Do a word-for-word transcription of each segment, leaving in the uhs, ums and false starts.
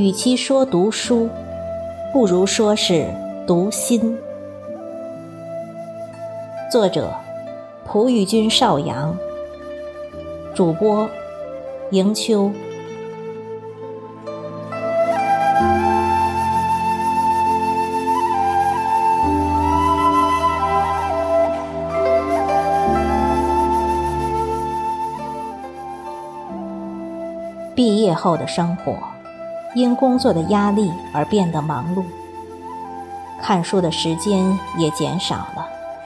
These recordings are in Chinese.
与其说读书，不如说是读心。作者：蒲玉君少阳，主播：迎秋。毕业后的生活，因工作的压力而变得忙碌，看书的时间也减少了。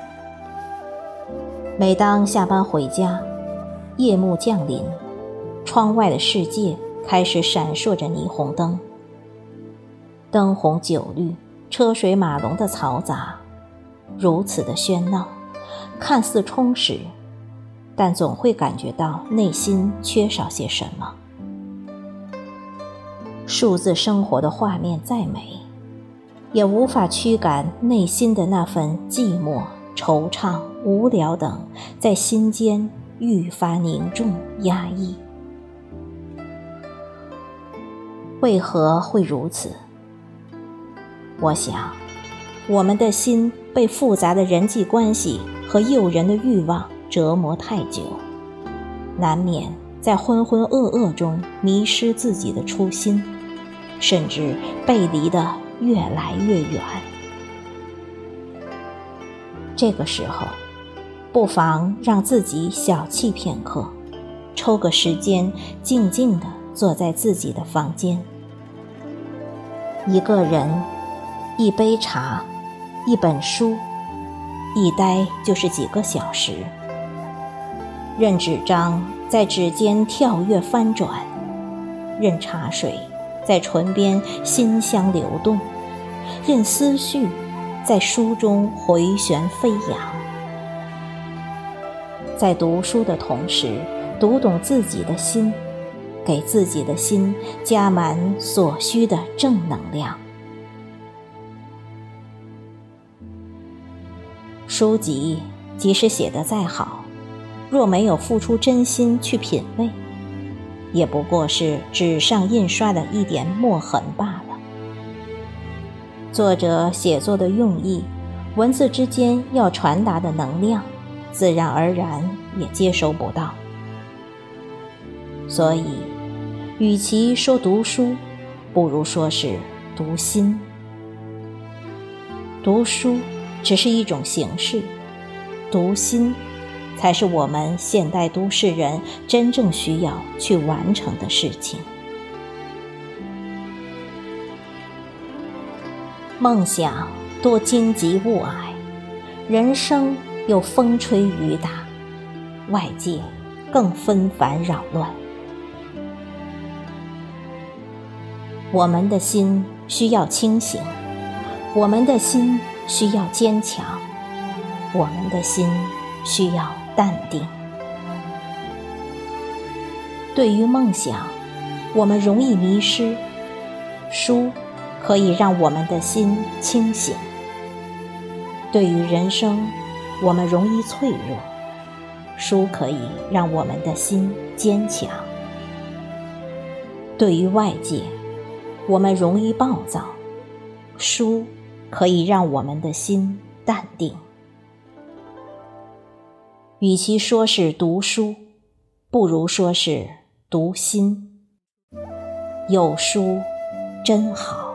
每当下班回家，夜幕降临，窗外的世界开始闪烁着霓虹灯，灯红酒绿，车水马龙的嘈杂，如此的喧闹，看似充实，但总会感觉到内心缺少些什么。数字生活的画面再美，也无法驱赶内心的那份寂寞、惆怅、无聊等在心间愈发凝重压抑。为何会如此？我想，我们的心被复杂的人际关系和诱人的欲望折磨太久，难免在浑浑噩噩中迷失自己的初心，甚至背离得越来越远。这个时候，不妨让自己小憩片刻，抽个时间静静地坐在自己的房间，一个人，一杯茶，一本书，一待就是几个小时，任纸张在指尖跳跃翻转，任茶水在唇边馨香流动，任思绪在书中回旋飞扬。在读书的同时，读懂自己的心，给自己的心加满所需的正能量。书籍即使写得再好，若没有付出真心去品味，也不过是纸上印刷的一点墨痕罢了。作者写作的用意，文字之间要传达的能量，自然而然也接收不到。所以，与其说读书，不如说是读心。读书只是一种形式，读心才是我们现代都市人真正需要去完成的事情。梦想多荆棘雾霭，人生又风吹雨打，外界更纷繁扰乱。我们的心需要清醒，我们的心需要坚强，我们的心需要淡定。对于梦想，我们容易迷失，书可以让我们的心清醒。对于人生，我们容易脆弱，书可以让我们的心坚强。对于外界，我们容易暴躁，书可以让我们的心淡定。与其说是读书，不如说是读心。有书真好。